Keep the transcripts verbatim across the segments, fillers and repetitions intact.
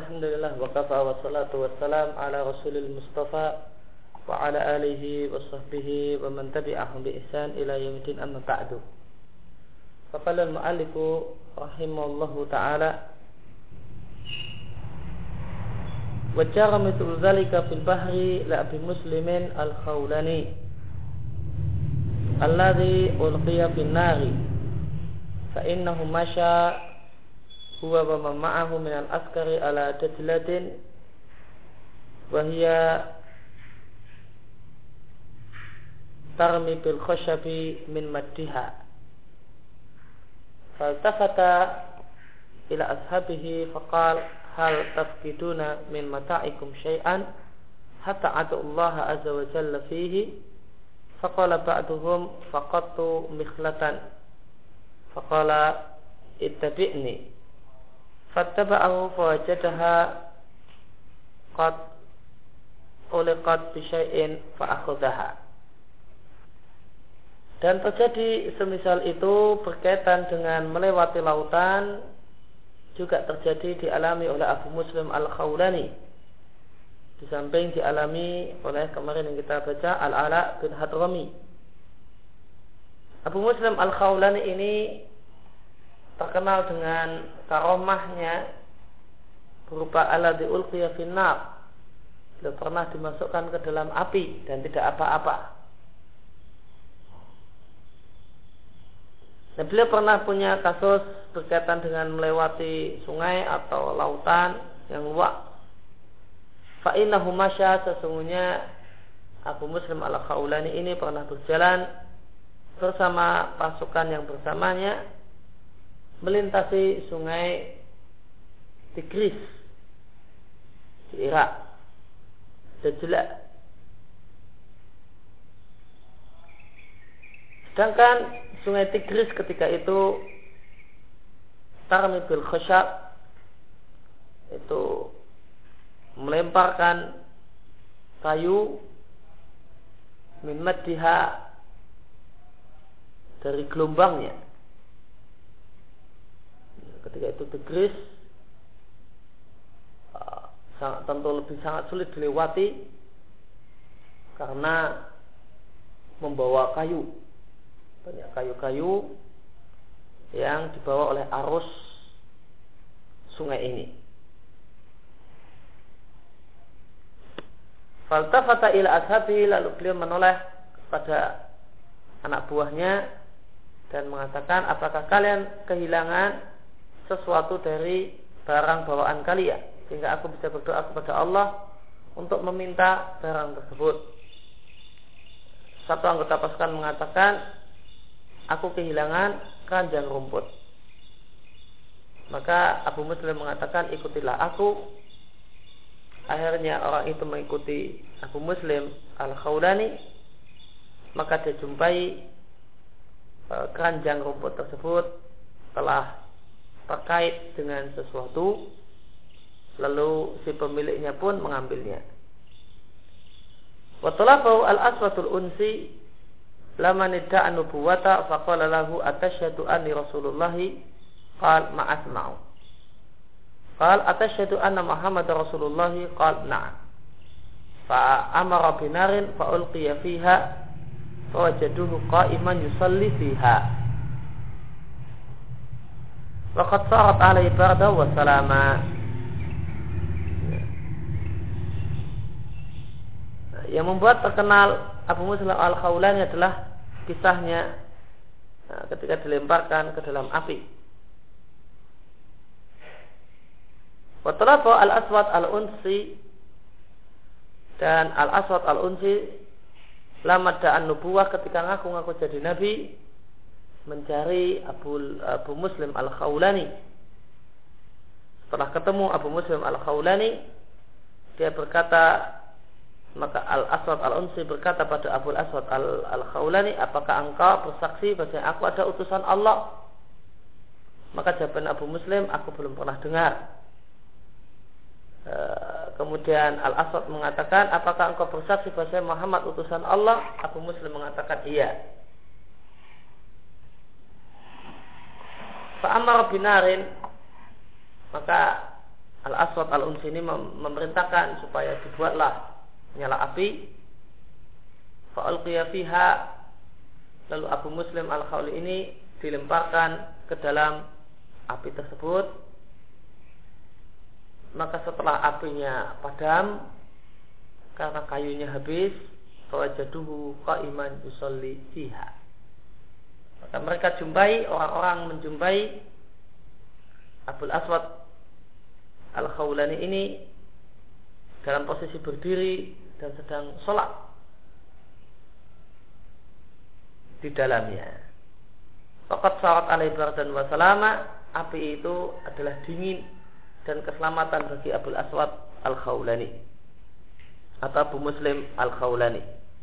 Alhamdulillah wa kafa wa salatu wa salam ala rasulil mustafa wa ala alihi wa sahbihi wa man tabi'ahum bi ihsan ila yaumil amma ba'du. Faqala al-mu'allifu rahimallahu ta'ala wa jara mithlu dhalika fil bahri la bi muslimin al-khawlani alladhi ulqiya fin nari fa innahu masya huwa wa man ma'ahu min al-askari ala dajlatin wa hiya tarmi bil khashabi min maddiha faltafata ila ashabihi faqal hal tafkiduna min mata'ikum syai'an hatta atu Allah azza wa jalla fihi faqala ba'duhum faqattu mikhlatan faqala ittabi'ni fattaba'ahu fawajadaha qad uliqat bi syai'in fa'akhudhaha. Dan terjadi semisal itu berkaitan dengan melewati lautan juga terjadi dialami oleh Abu Muslim Al-Khawlani, di samping dialami oleh kemarin yang kita baca Al-Ala bin Hadrami. Abu Muslim Al-Khawlani ini terkenal dengan karomahnya berupa alladzi ulqiya finnar. Beliau pernah dimasukkan ke dalam api dan tidak apa-apa. Dan beliau pernah punya kasus berkaitan dengan melewati sungai atau lautan yang luas. Fa innahu masya, sesungguhnya Abu Muslim Al-Khawlani ini pernah berjalan bersama pasukan yang bersamanya melintasi sungai Tigris di Irak, Dajlah. Sedangkan sungai Tigris ketika itu tarmi bil khashab, itu melemparkan kayu min maddiha, dari gelombangnya. Ketika itu Tigris uh, sangat, tentu lebih sangat sulit dilewati karena membawa kayu, banyak kayu-kayu yang dibawa oleh arus sungai ini. Faltafata ila ashabi, lalu beliau menoleh kepada anak buahnya dan mengatakan, apakah kalian kehilangan sesuatu dari barang bawaan kalian sehingga aku bisa berdoa kepada Allah untuk meminta barang tersebut. Satu anggota pasukan mengatakan, aku kehilangan keranjang rumput. Maka Abu Muslim mengatakan, ikutilah aku. Akhirnya orang itu mengikuti Abu Muslim Al-Khawlani. Maka dia jumpai keranjang rumput tersebut telah terkait dengan sesuatu, lalu si pemiliknya pun mengambilnya. Wa talabahu al-aswatul unsi lama nidda'a nubuwata faqala lahu atashhadu anni rasulullahi qal ma asma'u qal atashhadu anna muhammadar rasulullahi qal na'am fa amara binarin fa ulqiya fiha fa wajaduhu qa'iman yusalli fiha waqad sarat alaihi barda wa salama. Yang membuat terkenal Abu Muslim Al-Khawlani adalah kisahnya ketika dilemparkan ke dalam api. Wa talafa al-aswad al-unsi, dan al-aswad al-unsi lama da'an nubuwah, ketika ngaku-ngaku jadi nabi, mencari Abu, Abu Muslim Al-Khawlani. Setelah ketemu Abu Muslim Al-Khawlani, dia berkata, maka Al-Aswad Al-Unsi berkata pada Abu Al-Aswad Al-Khawlani, apakah engkau bersaksi bahwa aku ada utusan Allah? Maka jawaban Abu Muslim, aku belum pernah dengar. E, kemudian Al-Aswad mengatakan, apakah engkau bersaksi bahwa Muhammad utusan Allah? Abu Muslim mengatakan iya. Fa'amar binarin, maka Al-Aswad Al-Unsi ini memerintahkan supaya dibuatlah nyala api. Fa'alqiya fiha, lalu Abu Muslim Al-Khawli ini dilemparkan ke dalam api tersebut. Maka setelah apinya padam karena kayunya habis, fawajaduhu qa'iman yusalli fiha. Maka mereka jumpai, orang-orang menjumpai Abul Aswad Al-Khawlani ini dalam posisi berdiri dan sedang sholat di dalamnya. Faqad sarat alaihi bardan wa salama, api itu adalah dingin dan keselamatan bagi Abul Aswad Al-Khawlani atau Abu Muslim Al-Khawlani.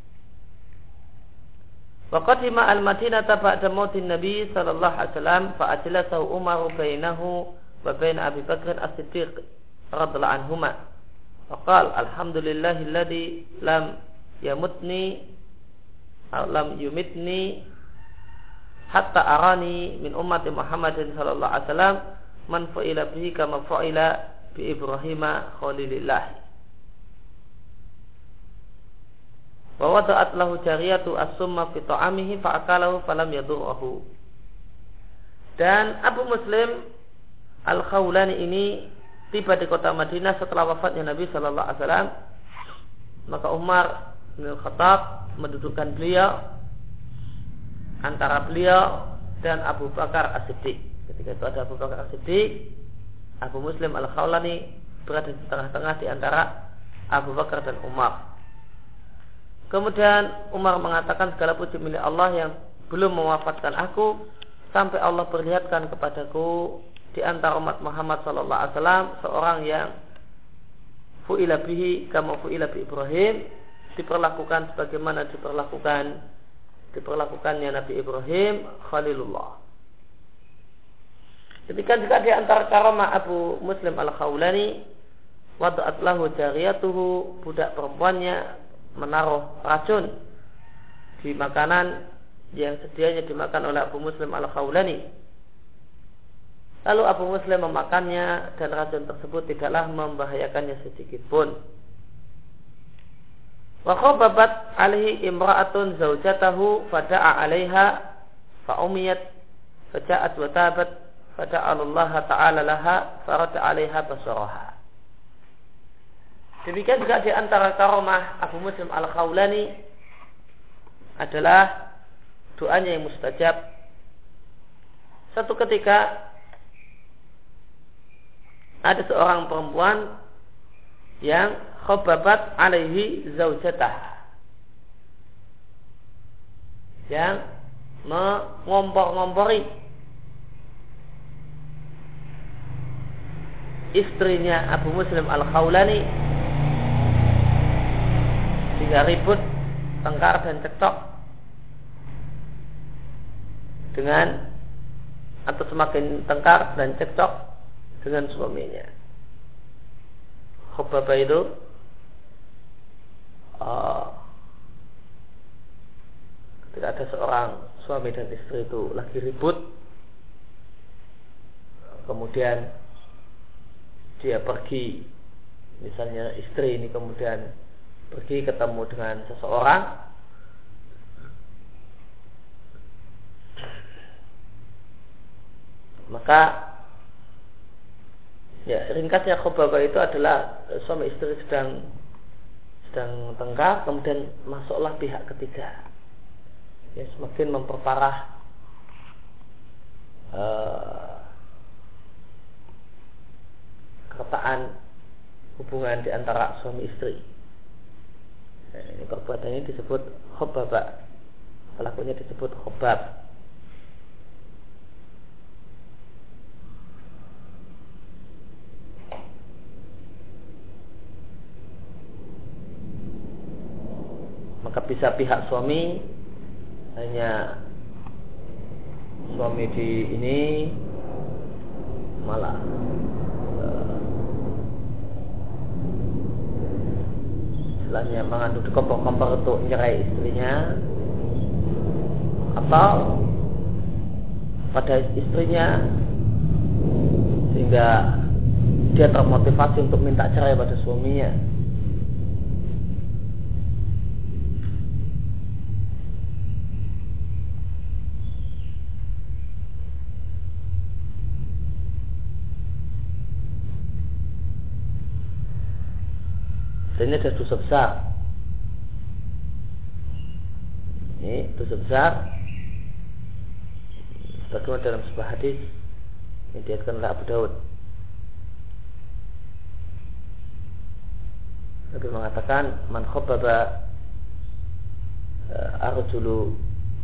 Wa qadima al-Madinata ba'da mautin Nabi sallallahu alaihi wasallam fa ajlasahu Umar bainahu wa bain Abi Bakr As-Siddiq radhiyallahu anhuma. Wa qala alhamdulillahilladzi lam yamutni aw lam yumitni hatta arani min ummati Muhammadin sallallahu alaihi wasallam man fa'ila bihi kama fa'ila bi Ibrahim khalilillah. Wa wada'at lahu jariyatu as-summa fi ta'amihi fa akalahu falam yadurruhu. Dan Abu Muslim Al-Khawlani ini tiba di kota Madinah setelah wafatnya Nabi sallallahu alaihi wasallam. Maka Umar bin Khattab mendudukkan beliau antara beliau dan Abu Bakar As-Siddiq. Ketika itu ada Abu Bakar As-Siddiq, Abu Muslim Al-Khawlani berada di tengah-tengah di antara Abu Bakar dan Umar. Kemudian Umar mengatakan, segala puji milik Allah yang belum mewafatkan aku sampai Allah perlihatkan kepadaku di antara umat Muhammad sallallahu alaihi wasallam seorang yang fu'ila bihi kama fu'ila bi Ibrahim, diperlakukan sebagaimana diperlakukan diperlakukannya Nabi Ibrahim Khalilullah. Ketika juga di antara karamah Abu Muslim Al-Khawlani, wada'at lahu jariyatuhu, budak perempuannya menaruh racun di makanan yang sedianya dimakan oleh Abu Muslim Al-Khawlani. Lalu Abu Muslim memakannya dan racun tersebut tidaklah membahayakannya sedikit pun. Wa khababat alaihi imra'atun zaujatahu fada'a 'alaiha fa umiyat faja'at wa tabat fada'alallaha ta'ala laha farada 'alaiha basaraha. Demikian juga di antara karomah Abu Muslim Al-Khawlani adalah doanya yang mustajab. Satu ketika ada seorang perempuan yang khababat alaihi zaujatah, yang mengompor-ngompori istrinya Abu Muslim Al-Khawlani sehingga ribut, tengkar dan cekcok dengan atau semakin tengkar dan cekcok dengan suaminya. Khobabah itu uh, ketika ada seorang suami dan istri itu lagi ribut, kemudian dia pergi, misalnya istri ini kemudian pergi ketemu dengan seseorang, maka ya ringkasnya khobabah itu adalah suami istri sedang sedang tengkar, kemudian masuklah pihak ketiga, ya semakin memperparah uh, keretaan hubungan di antara suami istri. Nah, ini perbuatannya disebut khobabah, pelakunya disebut khobab. Maka bisa pihak suami hanya suami di ini malah istilahnya mengandung kompor-kompor untuk menyerai istrinya, atau pada istrinya sehingga dia termotivasi untuk minta cerai pada suaminya. Dan ini adalah dosa besar. Ini dosa besar. Sebagaimana dalam sebuah hadis yang diriwayatkan oleh Abu Daud. Nabi mengatakan, man khabbaba arjulu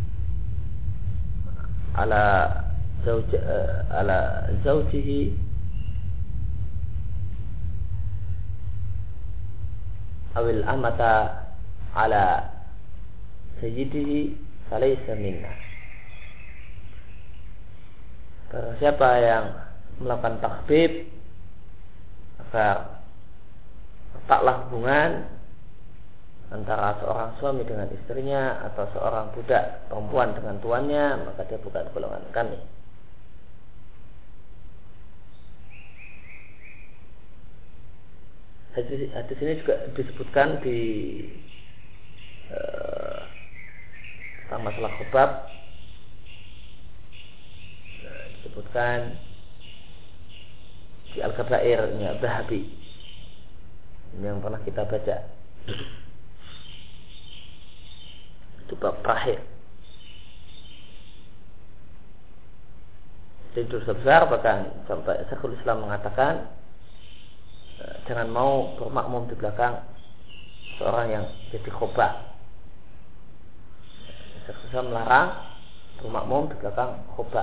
ala zauj ala zaujihi awil amata ala sayyidihi falaysa minna. Barang siapa yang melakukan takhbib agar retaklah hubungan antara seorang suami dengan istrinya atau seorang budak perempuan dengan tuannya, maka dia bukan golongan kami. Hadis, hadis ini juga disebutkan di uh, tentang masalah khobab, uh, disebutkan di Al-Kabair-nya Zahabi yang pernah kita baca. Itu bab terakhir. Jadi dosa besar, bahkan sampai Syekhul Islam mengatakan jangan mau bermakmum di belakang seorang yang jadi khobab. Syekhul Islam melarang bermakmum di belakang khobab.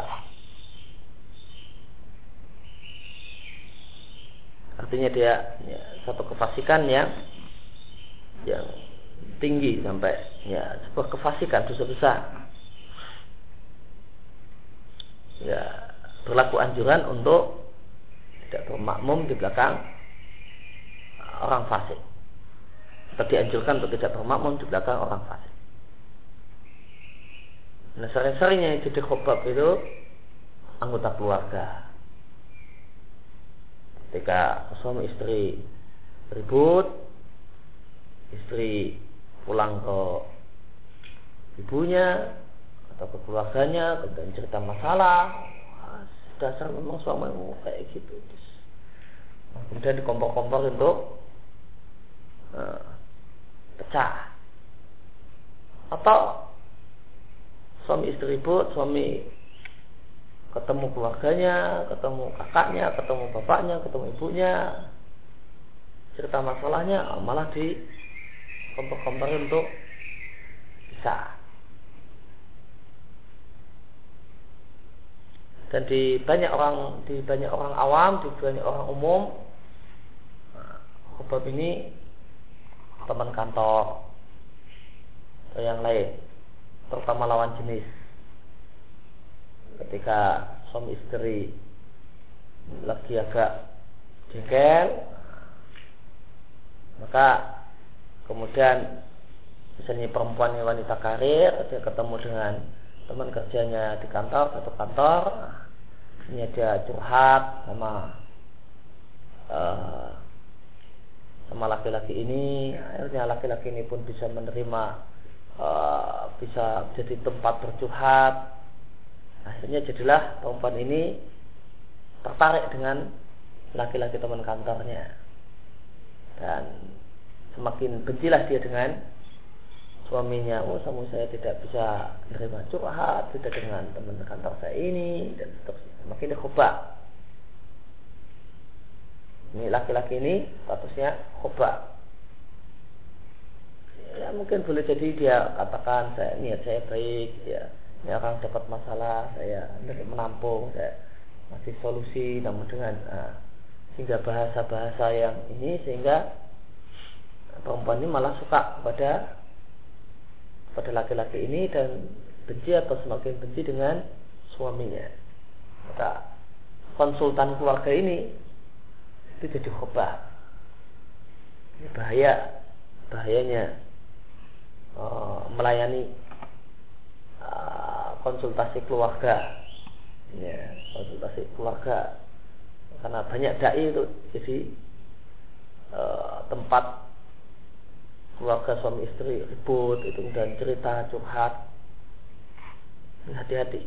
Artinya dia ya, satu kefasikan yang yang tinggi sampai ya sebuah kefasikan, dosa besar. Ya, berlaku anjuran untuk tidak bermakmum di belakang orang fasik. Atau dianjurkan untuk tidak bermakmum di belakang orang fasik. Nah, sering-seringnya jadi khobab itu anggota keluarga. Ketika suami istri ribut, istri pulang ke ibunya atau ke keluarganya, kemudian cerita masalah, dasar memang suamimu kayak gitu. Kemudian dikompor-kompor untuk uh, pecah. Atau suami istri ribut, suami ketemu keluarganya, ketemu kakaknya, ketemu bapaknya, ketemu ibunya, cerita masalahnya, malah di kompor-kompor untuk pisah. Dan di banyak orang, di banyak orang awam, di banyak orang umum, khobab ini teman kantor atau yang lain, terutama lawan jenis. Ketika suami istri lagi agak jengkel, maka kemudian misalnya perempuan yang wanita karir, dia ketemu dengan teman kerjanya di kantor, satu kantor, ini dia curhat sama uh, sama laki-laki ini. Akhirnya laki-laki ini pun bisa menerima, uh, bisa jadi tempat bercurhat. Akhirnya jadilah perempuan ini tertarik dengan laki-laki teman kantornya, dan semakin bencilah dia dengan suaminya. Oh, suami saya tidak bisa menerima curhat, tidak dengan teman kantor saya ini, dan seterusnya. Semakin dia khobab. Ini laki-laki ini statusnya khobab. Ya, mungkin boleh jadi dia katakan, saya niat saya baik, ya, ini orang dapat masalah, saya menampung, saya masih solusi, namun dengan uh, sehingga bahasa-bahasa yang ini, sehingga perempuan ini malah suka kepada pada laki-laki ini dan benci atau semakin benci dengan suaminya. Maka konsultan keluarga ini itu jadi khobab. Ini bahaya, bahayanya uh, melayani uh, konsultasi keluarga, ya, konsultasi keluarga karena banyak dai itu jadi e, tempat keluarga suami istri ribut itu dan cerita curhat. Hati-hati,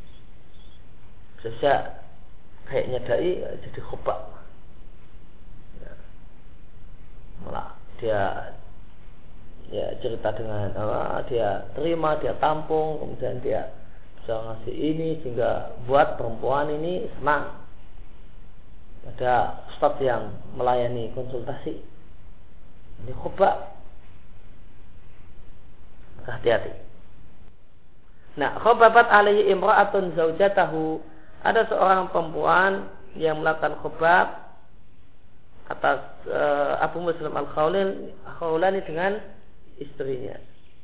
bisa kayaknya dai jadi khobak, ya. Malah dia ya cerita dengan apa, dia terima, dia tampung, kemudian dia bisa ngasih ini sehingga buat perempuan ini senang. Ada ustaz yang melayani konsultasi, ini khobak. Hati-hati. Nah, khobabat alaihi imra'atun zaujatahu, ada seorang perempuan yang melakukan khobab atas uh, Abu Muslim al-Khawlani dengan istrinya.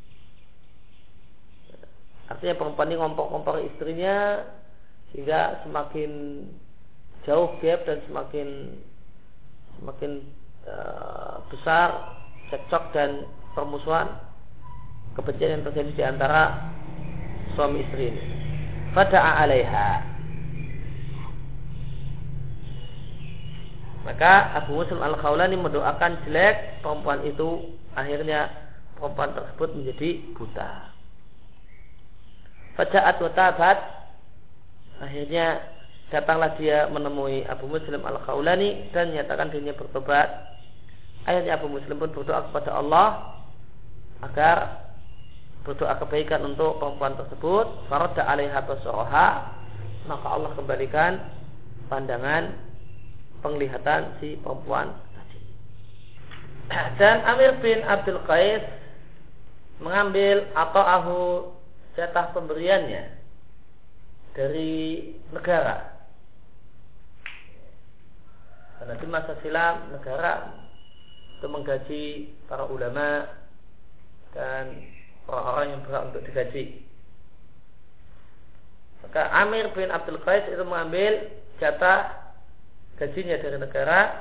Artinya perempuan ini ngompor-ngompor istrinya sehingga semakin jauh gap dan semakin semakin uh, besar cekcok dan permusuhan, kebencian yang terjadi di antara suami istri ini. Fada'a alaiha, maka Abu Muslim al-Khawlani mendoakan jelek perempuan itu. Akhirnya perempuan tersebut menjadi buta. Faja'at wa tabat, akhirnya datanglah dia menemui Abu Muslim al-Khawlani dan menyatakan dirinya bertobat. Akhirnya Abu Muslim pun berdoa kepada Allah agar berdoa kebaikan untuk perempuan tersebut. Faradda 'alaiha basaraha, maka Allah kembalikan pandangan penglihatan si perempuan tadi. Dan Amir bin Abdul Qais mengambil atau ahu jatah pemberiannya dari negara. Karena di masa silam negara itu menggaji para ulama dan orang-orang yang berhak untuk digaji. Maka Amir bin Abdul Qais itu mengambil jatah gajinya dari negara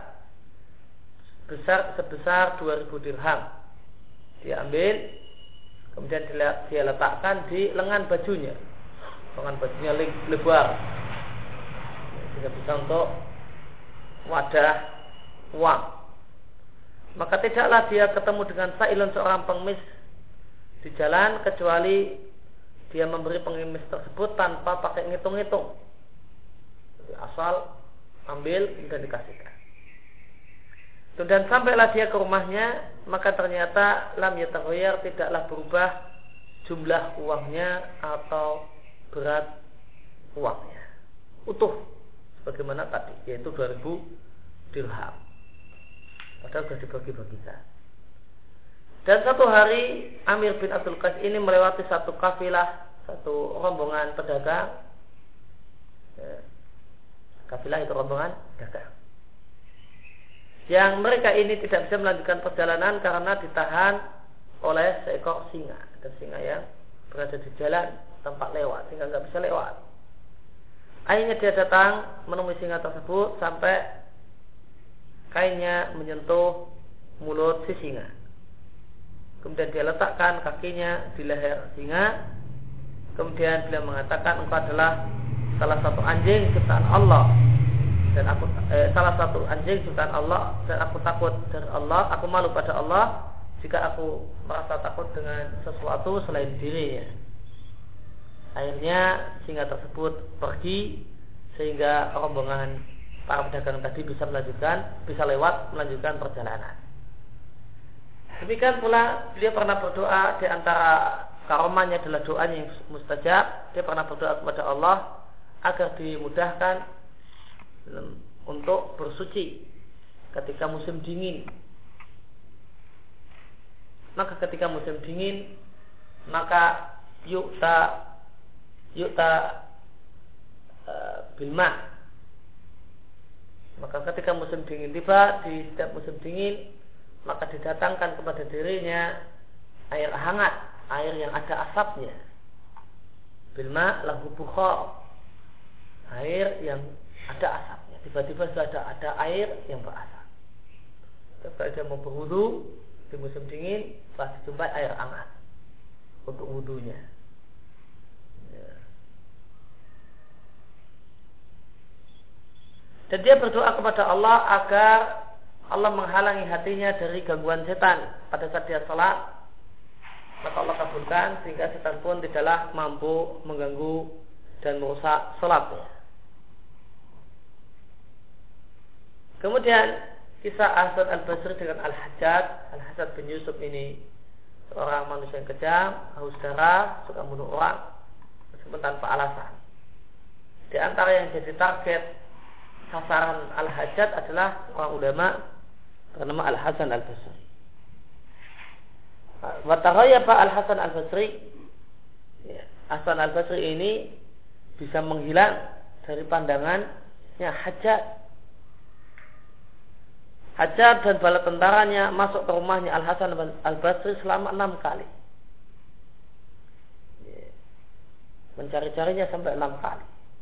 besar sebesar dua ribu dirham. Dia ambil, kemudian dia letakkan di lengan bajunya. Lengan bajunya lebar, sehingga bisa untuk wadah uang. Maka tidaklah dia ketemu dengan sailun, seorang pengemis di jalan, kecuali dia memberi pengemis tersebut tanpa pakai ngitung-ngitung. Asal ambil dan dikasihkan. Dan sampailah dia ke rumahnya, maka ternyata lam yataghayyar, tidaklah berubah jumlah uangnya atau berat uangnya, utuh sebagaimana tadi, yaitu dua ribu dirham. Padahal sudah dibagi-bagikan. Dan satu hari Amir bin Abdul Qais ini melewati satu kafilah, satu rombongan pedagang. Ya, kafilah itu rombongan pedagang. Yang mereka ini tidak bisa melanjutkan perjalanan karena ditahan oleh seekor singa. Ada singa yang berada di jalan tempat lewat, sehingga nggak bisa lewat. Akhirnya dia datang menemui singa tersebut sampai kainnya menyentuh mulut si singa. Kemudian dia letakkan kakinya di leher singa. Kemudian beliau mengatakan, engkau adalah salah satu anjing ciptaan Allah, dan aku eh, salah satu anjing ciptaan Allah, dan aku takut dari Allah, aku malu pada Allah jika aku merasa takut dengan sesuatu selain dirinya. Akhirnya singa tersebut pergi, sehingga rombongan para pedagang tadi bisa melanjutkan, bisa lewat melanjutkan perjalanan. Demikian pula dia pernah berdoa, di antara karomahnya adalah doanya yang mustajab. Dia pernah berdoa kepada Allah agar dimudahkan untuk bersuci ketika musim dingin. Maka ketika musim dingin, maka yukta yukta uh, bilma. Maka ketika musim dingin tiba, di setiap musim dingin, maka didatangkan kepada dirinya air hangat, air yang ada asapnya. Bilma lahu bukhar, air yang ada asapnya. Tiba-tiba sudah ada, ada air yang berasap. Ketika dia mau berwudu di musim dingin, pasti dijumpai air hangat untuk wudunya. Ya. Dan dia berdoa kepada Allah agar Allah menghalangi hatinya dari gangguan setan pada saat dia salat. Maka Allah kabulkan sehingga setan pun tidaklah mampu mengganggu dan merusak salatnya. Kemudian kisah Hasan al-Basri dengan Al-Hajjaj. Al-Hajjaj bin Yusuf ini seorang manusia yang kejam, haus darah, suka bunuh orang meskipun tanpa alasan. Di antara yang jadi target sasaran Al-Hajjaj adalah orang ulama bernama Al-Hasan al-Basri. Wa taghayyafa Al-Hasan al-Basri. Hasan al-Basri ini bisa menghilang dari pandangannya Hajjaj. Hajjaj dan bala tentaranya masuk ke rumahnya Al-Hasan al-Basri selama enam kali. Mencari-carinya sampai enam kali.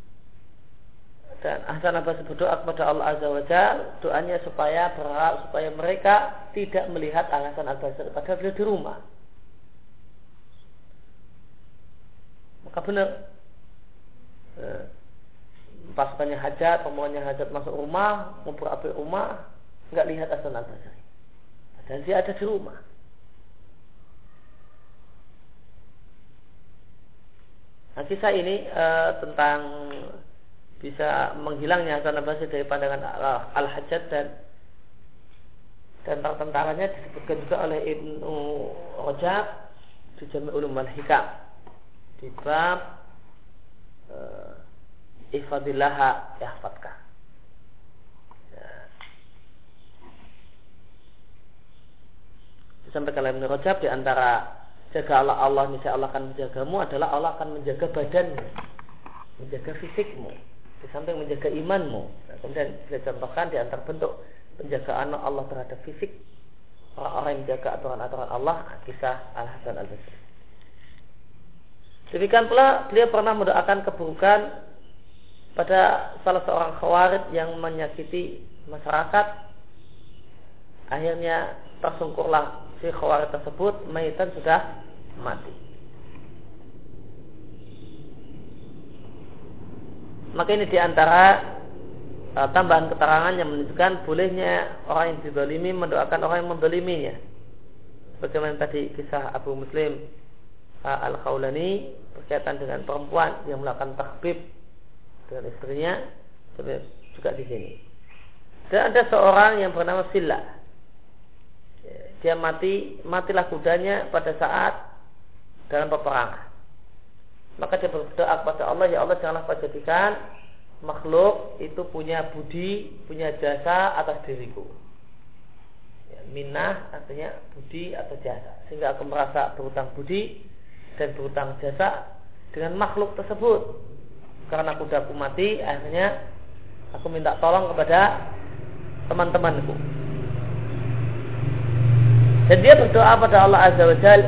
Dan Hasan al-Basri berdoa kepada Allah Azza wa Jalla, doanya supaya berharap supaya mereka tidak melihat Al-Hasan al-Basri padahal beliau di rumah. Maka benar pasukannya Hajjaj, pemohonnya Hajjaj masuk rumah, ngumpul api rumah, enggak lihat Hasan al-Basri. Dan dia ada di rumah. Nah, kisah ini e, tentang bisa menghilangnya Hasan al-Basri dari pandangan Al-Hajjaj dan dan tentaranya disebutkan juga oleh Ibnu Rajab di Jami' Ulum al-Hikam di bab e, Ihfadillaha yahfadka. Sampai kalau Ibnu Rajab di antara jaga Allah Allah niscaya Allah akan menjagamu adalah Allah akan menjaga badanmu, menjaga fisikmu, di samping menjaga imanmu. Nah, kemudian kita contohkan di antara bentuk penjagaan Allah terhadap fisik orang-orang yang menjaga aturan-aturan Allah, kisah Al-Hasan al-Basri. Demikian pula beliau pernah mendoakan keburukan pada salah seorang khawarij yang menyakiti masyarakat. Akhirnya tersungkurlah si khawarij tersebut, mayitan sudah mati. Maka ini diantara uh, tambahan keterangan yang menunjukkan bolehnya orang yang dizalimi mendoakan orang yang menzaliminya. Bagaimana tadi kisah Abu Muslim uh, Al-Khawlani berkaitan dengan perempuan yang melakukan takhbib dengan istrinya, juga di sini. Dan ada seorang yang bernama Silla. Dia mati, matilah kudanya pada saat dalam peperangan. Maka dia berdoa kepada Allah, ya Allah janganlah kau jadikan makhluk itu punya budi, punya jasa atas diriku. Ya, minnah artinya budi atau jasa, sehingga aku merasa berhutang budi dan berhutang jasa dengan makhluk tersebut. Karena kudaku mati, akhirnya aku minta tolong kepada teman-temanku. Dan dia berdoa pada Allah Azza wa Jalla.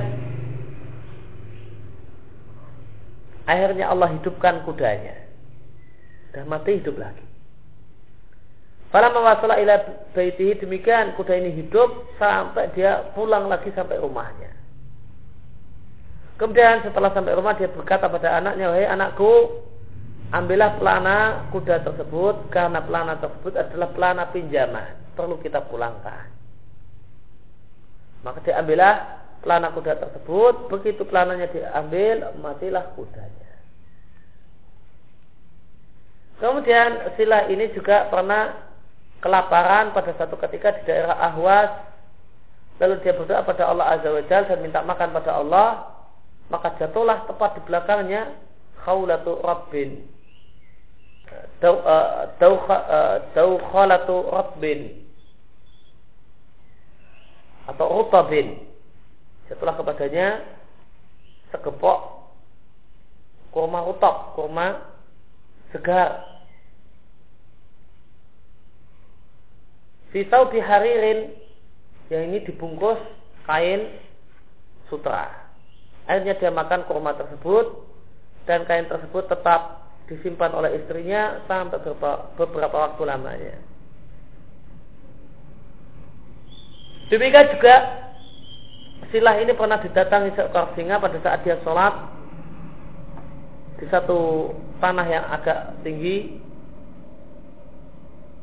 Akhirnya Allah hidupkan kudanya. Dah mati hidup lagi. Falamma wasala ila baitihi, demikian kuda ini hidup sampai dia pulang lagi sampai rumahnya. Kemudian setelah sampai rumah dia berkata pada anaknya, wahai anakku, ambillah pelana kuda tersebut karena pelana tersebut adalah pelana pinjaman, perlu kita pulangkan. Maka diambillah pelana kuda tersebut. Begitu pelananya diambil, matilah kudanya. Kemudian Sila ini juga pernah kelaparan pada satu ketika di daerah Ahwas. Lalu dia berdoa pada Allah Azza wa Jalla dan minta makan pada Allah. Maka jatuhlah tepat di belakangnya khawlatu rabbin, dawkhalatu rabbin atau utabin. Setelah kepadanya segepok kurma utab, kurma segar. Fitau biharirin, yang ini dibungkus kain sutra. Akhirnya dia makan kurma tersebut dan kain tersebut tetap disimpan oleh istrinya sampai beberapa, beberapa waktu lamanya. Demikian juga Silah ini pernah didatangi seekor singa pada saat dia sholat di satu tanah yang agak tinggi.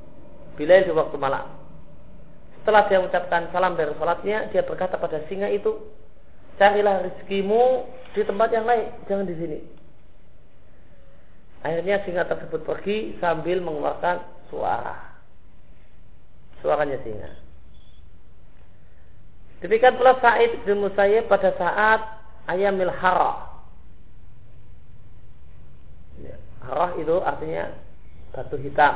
bilail di waktu malam. Setelah dia mengucapkan salam dari salatnya, dia berkata pada singa itu, carilah rezekimu di tempat yang lain, jangan di sini. Akhirnya singa tersebut pergi sambil mengeluarkan suara. Suaranya singa. Demikian pula Sa'id bin Musayyib pada saat ayamil harah. Harah itu artinya batu hitam.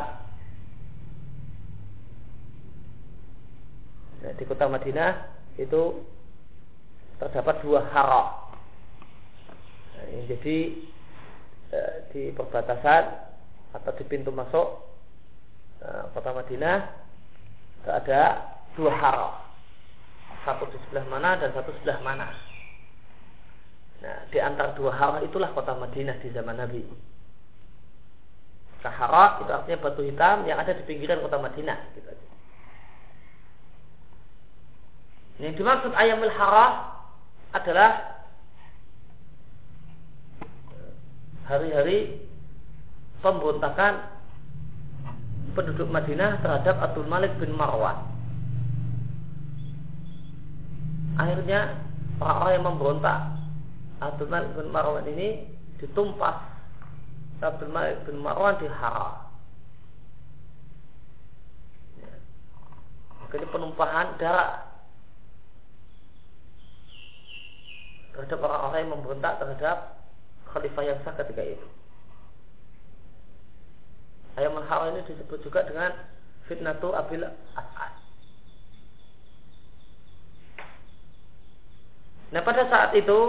Nah, di kota Madinah itu terdapat dua harah. Nah, yang jadi eh, di perbatasan atau di pintu masuk eh, kota Madinah ada dua harah. Satu di sebelah mana dan satu sebelah mana. Nah, di antara dua harah itulah kota Madinah di zaman Nabi. Sahara itu artinya batu hitam yang ada di pinggiran kota Madinah. Gitu aja. Yang dimaksud ayamil harah adalah hari-hari pemberontakan penduduk Madinah terhadap Abdul Malik bin Marwan. Akhirnya orang-orang yang memberontak Abdul Malik bin Marwan ini ditumpas Abdul Malik bin Marwan di Hara. Ya. Ini penumpahan darah terhadap orang-orang yang memberontak terhadap khalifah yang sah ketika itu. Ayam al-Hara ini disebut juga dengan fitnatu Abil As'ad. Nah, pada saat itu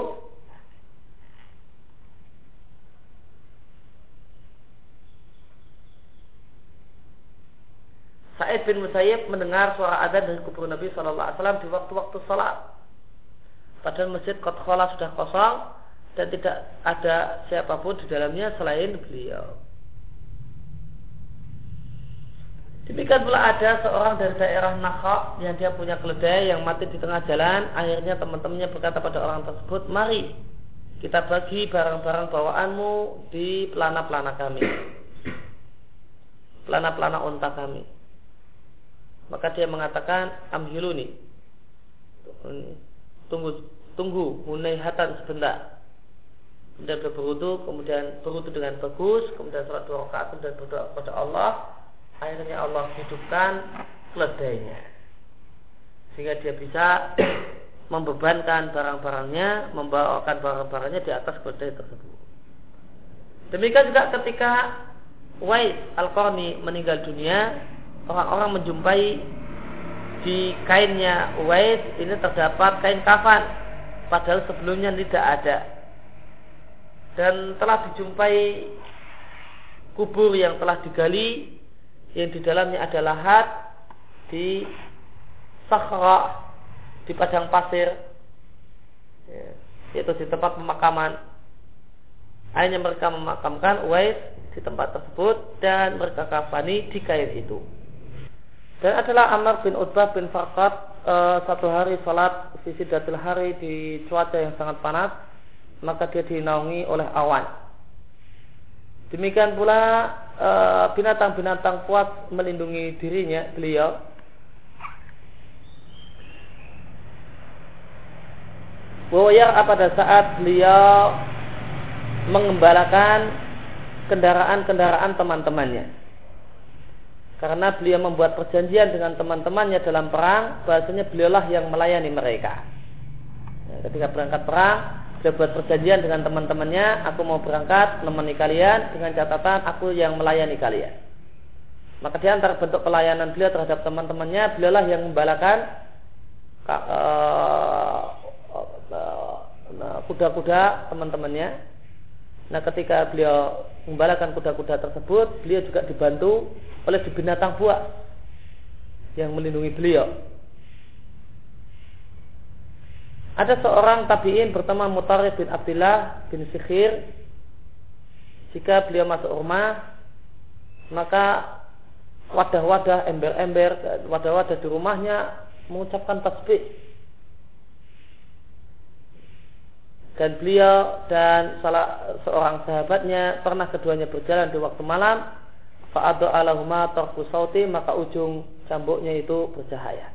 Sa'id bin Musayyib mendengar suara adzan dari kubur Nabi shallallahu alaihi wasallam di waktu-waktu salat. Padahal masjid qad khala sudah kosong dan tidak ada siapapun di dalamnya selain beliau. Demikian pula ada seorang dari daerah Nakha yang dia punya keledai yang mati di tengah jalan. Akhirnya teman-temannya berkata pada orang tersebut, mari kita bagi barang-barang bawaanmu di pelana-pelana kami, pelana-pelana unta kami. Maka dia mengatakan, amhiluni, tunggu, tunggu, munaihatan sebentar. Kemudian berwudu, kemudian berwudu dengan bagus, kemudian sholat dua rakaat, kemudian berdoa kepada Allah. Akhirnya Allah hidupkan keledainya sehingga dia bisa membebankan barang-barangnya, membawakan barang-barangnya di atas keledai tersebut. Demikian juga ketika Uwais Al-Qarni meninggal dunia, orang-orang menjumpai di kainnya Uwais ini terdapat kain kafan, padahal sebelumnya tidak ada. Dan telah dijumpai kubur yang telah digali, yang di dalamnya ada lahat di sakhra, di padang pasir, ya, yaitu di tempat pemakaman. Akhirnya mereka memakamkan Uwais di tempat tersebut dan mereka kafani di kain itu. Dan adalah Amr bin Utbah bin Farqad e, satu hari salat fi sidatil hari di cuaca yang sangat panas, maka dia dinaungi oleh awan. Demikian pula e, binatang-binatang puas melindungi dirinya beliau. Bahwa pada saat beliau mengembalakan kendaraan-kendaraan teman-temannya, karena beliau membuat perjanjian dengan teman-temannya dalam perang, bahasanya beliaulah yang melayani mereka. Ketika berangkat perang, beliau buat perjanjian dengan teman-temannya, aku mau berangkat menemani kalian dengan catatan aku yang melayani kalian. Maka di antara bentuk pelayanan beliau terhadap teman-temannya, beliaulah yang membalakan kuda-kuda teman-temannya. Nah, ketika beliau membalakan kuda-kuda tersebut, beliau juga dibantu oleh binatang buas yang melindungi beliau. Ada seorang tabi'in bernama Mutarrif bin Abdullah bin Sikhir. Jika beliau masuk rumah, maka wadah-wadah, ember-ember, wadah-wadah di rumahnya mengucapkan tasbih. Dan beliau dan salah seorang sahabatnya pernah keduanya berjalan di waktu malam. fa'adha'a lahuma tarfu sauti, maka ujung cambuknya itu bercahaya.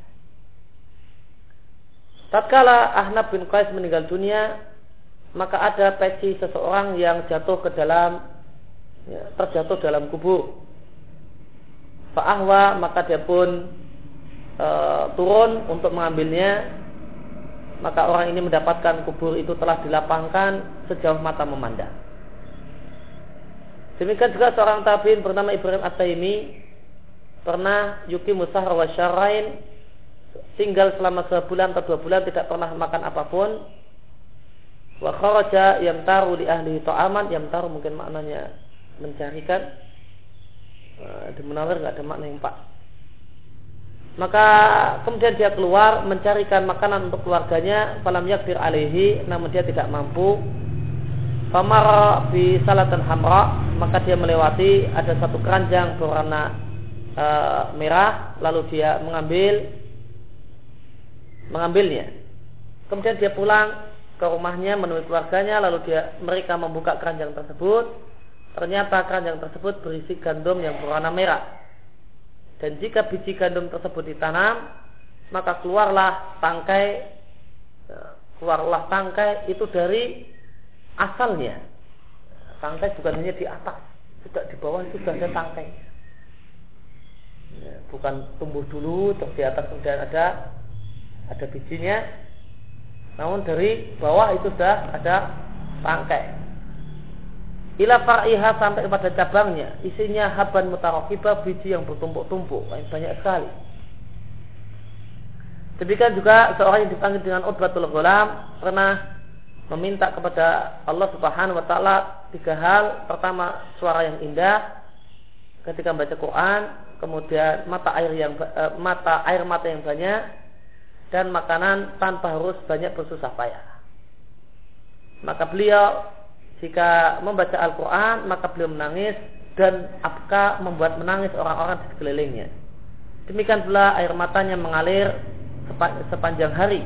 Tatkala Ahnaf bin Qais meninggal dunia, maka ada peci seseorang yang jatuh ke dalam ya, terjatuh dalam kubur. Fa'ahwa, maka dia pun e, turun untuk mengambilnya. Maka orang ini mendapatkan kubur itu telah dilapangkan sejauh mata memandang. Demikian juga seorang tabi'in bernama Ibrahim At-Taimi pernah yuqimu sahra wa syarrain, tinggal selama sebulan atau dua bulan tidak pernah makan apapun. Wa kharaja yamtaru li ahli ta'aman, yamtaru mungkin maknanya mencarikan. Di Munawir enggak ada makna yang pas. Maka kemudian dia keluar mencarikan makanan untuk keluarganya, falam yakdir alaihi, namun dia tidak mampu. Famara bi salatan hamra, maka dia melewati ada satu keranjang berwarna e, merah, lalu dia mengambil mengambilnya. Kemudian dia pulang ke rumahnya menemui keluarganya, lalu dia mereka membuka keranjang tersebut. Ternyata keranjang tersebut berisi gandum yang berwarna merah. Dan jika biji gandum tersebut ditanam, maka keluarlah tangkai keluarlah tangkai itu dari asalnya. Tangkai bukan hanya di atas, juga di bawah itu sudah ada tangkai. Ya, bukan tumbuh dulu terus di atas kemudian ada ada bijinya, namun dari bawah itu sudah ada tangkai. Ila far'iha, sampai kepada cabangnya, isinya haban mutarakibah, biji yang bertumpuk-tumpuk, banyak sekali. Demikian juga seorang yang dipanggil dengan Utbatul Ghulam pernah meminta kepada Allah Subhanahu wa taala tiga hal. Pertama, suara yang indah ketika membaca Quran, kemudian mata air yang eh, mata air mata yang banyak, dan makanan tanpa harus banyak bersusah payah. Maka beliau jika membaca Al-Quran, maka beliau menangis, dan abka membuat menangis orang-orang di sekelilingnya. Demikian pula air matanya mengalir sepanjang hari.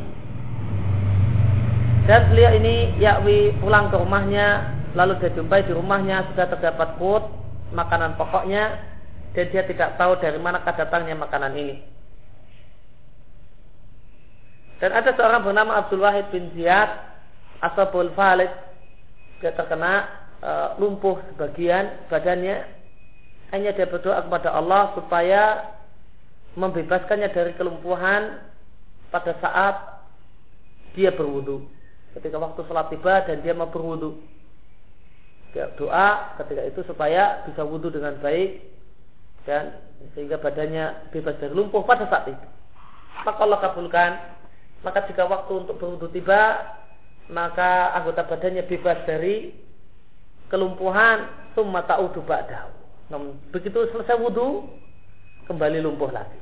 Dan beliau ini yakwi pulang ke rumahnya, lalu dia jumpai di rumahnya sudah terdapat qut, makanan pokoknya, dan dia tidak tahu dari manakah datangnya makanan ini. Dan ada seorang bernama Abdul Wahid bin Ziyad Ashabul Falid, dia terkena e, lumpuh sebagian badannya. Hanya dia berdoa kepada Allah supaya membebaskannya dari kelumpuhan pada saat dia berwudu. Ketika waktu sholat tiba dan dia mau berwudu, dia doa ketika itu supaya bisa wudu dengan baik dan sehingga badannya bebas dari lumpuh pada saat itu. Maka Allah kabulkan. Maka jika waktu untuk berwudu tiba, maka anggota badannya bebas dari kelumpuhan, summa ta'udu ba'dahu. Namun begitu selesai wudu, kembali lumpuh lagi.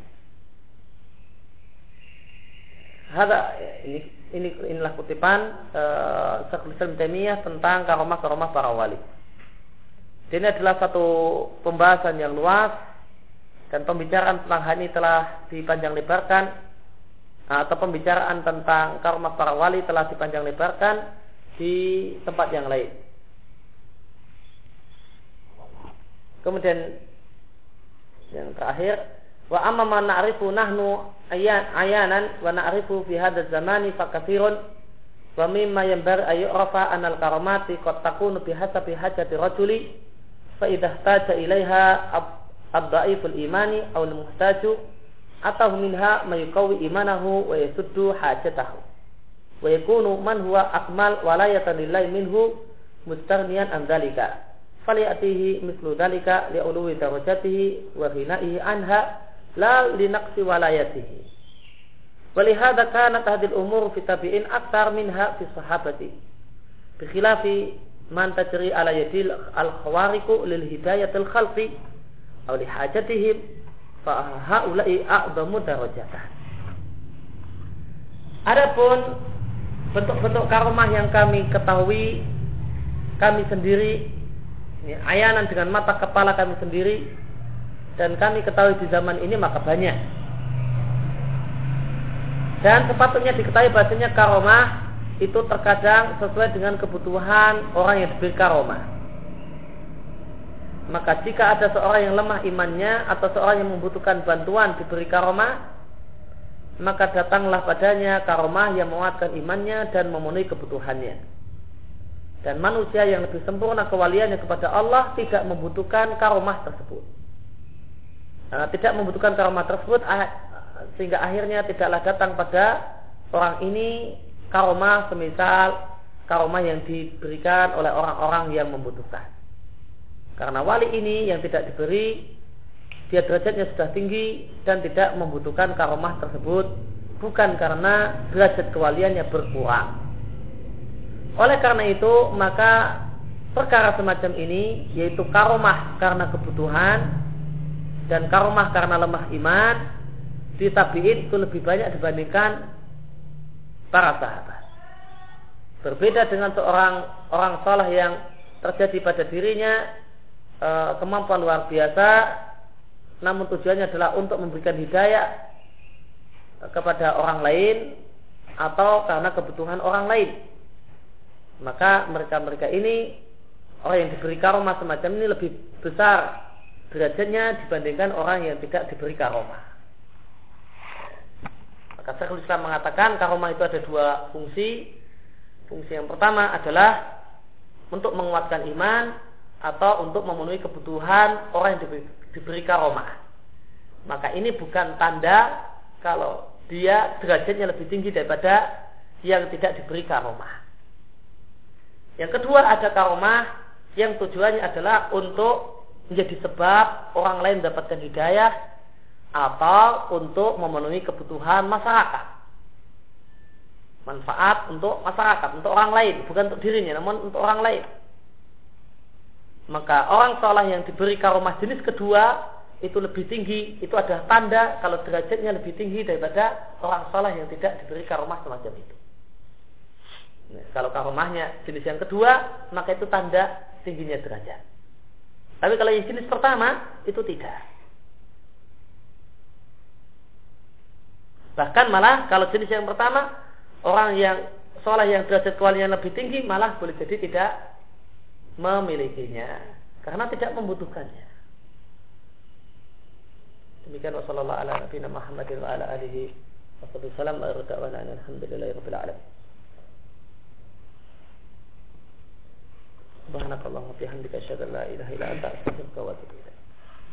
Hada, ini, ini inilah kutipan uh, Syekhul Islam Taimiyah tentang karomah-karomah para wali. Ini adalah satu pembahasan yang luas, dan pembicaraan tentang hal ini telah dipanjang lebarkan, atau pembicaraan tentang karomah para wali telah dipanjang lebarkan di tempat yang lain. Kemudian yang terakhir, wa amma ma na'rifu nahnu ayan ayanan wa na'rifu fi hadzal zamani fa katsirun wa mimma yanbaghi ay yu'rafa anal karamati qad takunu bihasabi hajati rajuli fa idza ihtaja ilaiha ad-dha'iful imani aw al-muhtaju atau minha mayukawi imanahu wa yasuddu hajatahu wa yakunu man huwa akmal walayatan lillahi minhu mustarniyan an dzalika falyatihi mislu dzalika li'uluwi darajatihi wa ghina'ihi anha la linaqsi walayatihi. Walihada kanat hadhil umur fi tabi'in aktsar minha fi sahabati bi khilafi man tajri ala yadil al-khawariqu lil hidayatil khalqi aw li hajatihim fa haula'i a'dhamu darajatan. Adapun bentuk-bentuk karomah yang kami ketahui kami sendiri, ini ayanan dengan mata kepala kami sendiri, dan kami ketahui di zaman ini maka banyak. Dan sepatutnya diketahui bahasanya karomah itu terkadang sesuai dengan kebutuhan orang yang diberi karomah. Maka jika ada seorang yang lemah imannya atau seorang yang membutuhkan bantuan diberi karomah, maka datanglah padanya karomah yang menguatkan imannya dan memenuhi kebutuhannya. Dan manusia yang lebih sempurna kewaliannya kepada Allah tidak membutuhkan karomah tersebut. Nah, tidak membutuhkan karomah tersebut sehingga akhirnya tidaklah datang pada orang ini karomah semisal karomah yang diberikan oleh orang-orang yang membutuhkan. Karena wali ini yang tidak diberi, dia derajatnya sudah tinggi dan tidak membutuhkan karomah tersebut, bukan karena derajat kewaliannya berkurang. Oleh karena itu, maka perkara semacam ini, yaitu karomah karena kebutuhan dan karomah karena lemah iman, di tabi'in itu lebih banyak dibandingkan para sahabat. Berbeda dengan seorang orang saleh yang terjadi pada dirinya e, kemampuan luar biasa, namun tujuannya adalah untuk memberikan hidayah kepada orang lain atau karena kebutuhan orang lain. Maka mereka-mereka ini, orang yang diberi karomah semacam ini lebih besar derajatnya dibandingkan orang yang tidak diberi karomah. Maka Syekhul Islam mengatakan karomah itu ada dua fungsi. Fungsi yang pertama adalah untuk menguatkan iman atau untuk memenuhi kebutuhan orang yang diberi, diberi karomah. Maka ini bukan tanda kalau dia derajatnya lebih tinggi daripada yang tidak diberi karomah. Yang kedua, ada karomah yang tujuannya adalah untuk menjadi sebab orang lain mendapatkan hidayah atau untuk memenuhi kebutuhan masyarakat. Manfaat untuk masyarakat, untuk orang lain, bukan untuk dirinya, namun untuk orang lain. Maka orang saleh yang diberi karomah jenis kedua itu lebih tinggi, itu adalah tanda kalau derajatnya lebih tinggi daripada orang saleh yang tidak diberi karomah semacam itu. Nah, kalau karomahnya jenis yang kedua, maka itu tanda tingginya derajat. Tapi kalau yang jenis pertama, itu tidak. Bahkan malah kalau jenis yang pertama, orang yang soleh yang derajat kewalian lebih tinggi, malah boleh jadi tidak memilikinya, karena tidak membutuhkannya. Demikian wasallallahu ala nabiyina Muhammadin wa ala alihi wasallam wa rada'wana alhamdulillahi rabbil alamin. Subhanakallahumma wa bihamdika asyhadu an la ilaha illa anta astaghfiruka wa atubu ilaik.